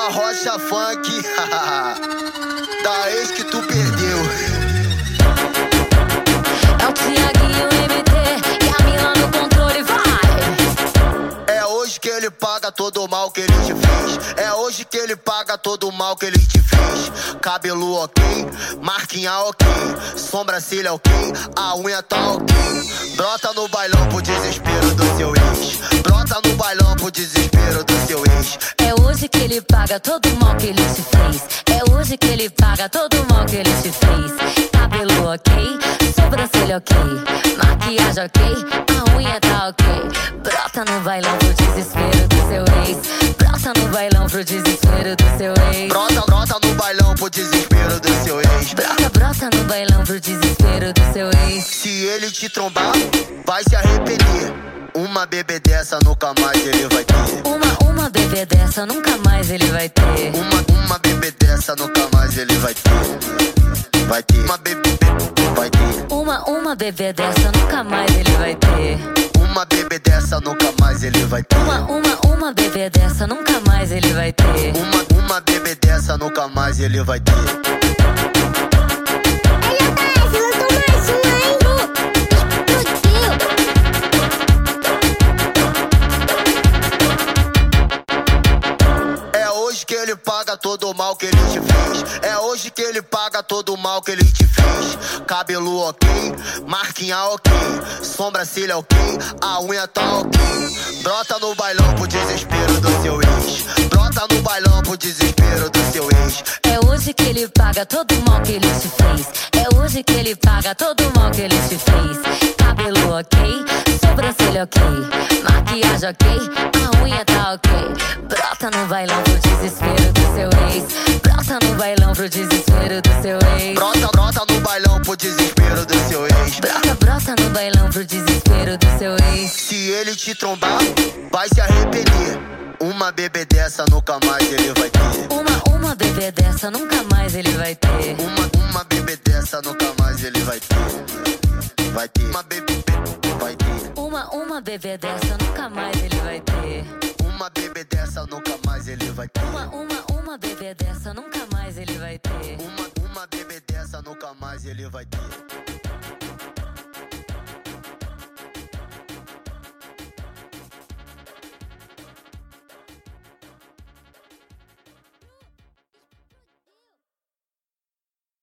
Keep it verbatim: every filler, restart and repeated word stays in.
da Rocha Funk, da ex que tu perdeu. É o Thiaguinho M T e a mina no controle, vai! É hoje que ele paga todo o mal que ele te fez. É hoje que ele paga todo o mal que ele te fez. Cabelo ok, marquinha ok, sobrancelha ok, a unha tá ok. Brota no bailão pro desespero do seu ex. Brota no bailão pro desespero do seu ex. É hoje que ele paga todo o mal que ele te fez. É hoje que ele paga todo o mal que ele te fez. Cabelo ok, sobrancelha ok, maquiagem ok, a unha tá ok. Brota no bailão pro desespero do seu ex. Brota no bailão pro desespero do seu ex. Brota, brota no bailão pro desespero do seu ex. Brota, brota no bailão pro desespero do seu ex. Se ele te trombar, vai se arrepender. Uma bebê dessa nunca mais ele vai ter. Uma, uma bebê dessa nunca mais ele vai ter. Uma, uma bebê dessa nunca mais ele vai ter. Vai ter. Uma bebê, vai ter. Uma, uma bebê dessa nunca mais ele vai ter. Uma bebê dessa nunca mais ele vai ter. Uma, uma, uma bebê dessa nunca mais ele vai ter. Uma, uma bebê dessa nunca mais ele vai ter. É hoje que ele paga todo o mal que ele te fez. É hoje que ele paga todo o mal que ele te fez. Cabelo ok, marquinha ok, sobrancelha ok, a unha tá ok. Brota no bailão pro desespero do seu ex. Brota no bailão pro desespero do seu ex. É hoje que ele paga todo o mal que ele te fez. É hoje que ele paga todo o mal que ele te fez. Cabelo ok, sobrancelha ok, maquiagem ok, a unha tá ok. Brota no bailão pro desespero do seu ex. Brota no bailão pro desespero do seu ex. Brota, brota no bailão pro desespero do seu ex. Brota, brota no bailão pro desespero do seu ex. Se ele te trombar, vai se arrepender. Uma bebê dessa nunca mais ele vai ter. Uma, uma bebê dessa nunca mais ele vai ter. Uma, uma bebê dessa nunca mais ele vai ter. Vai ter. Uma bebê, vai ter. Uma, uma bebê dessa nunca mais ele vai ter. Uma bebê dessa nunca mais ele vai ter. Uma, uma, uma bebê dessa nunca mais ele vai ter. Uma, uma bebê dessa nunca mais ele vai ter.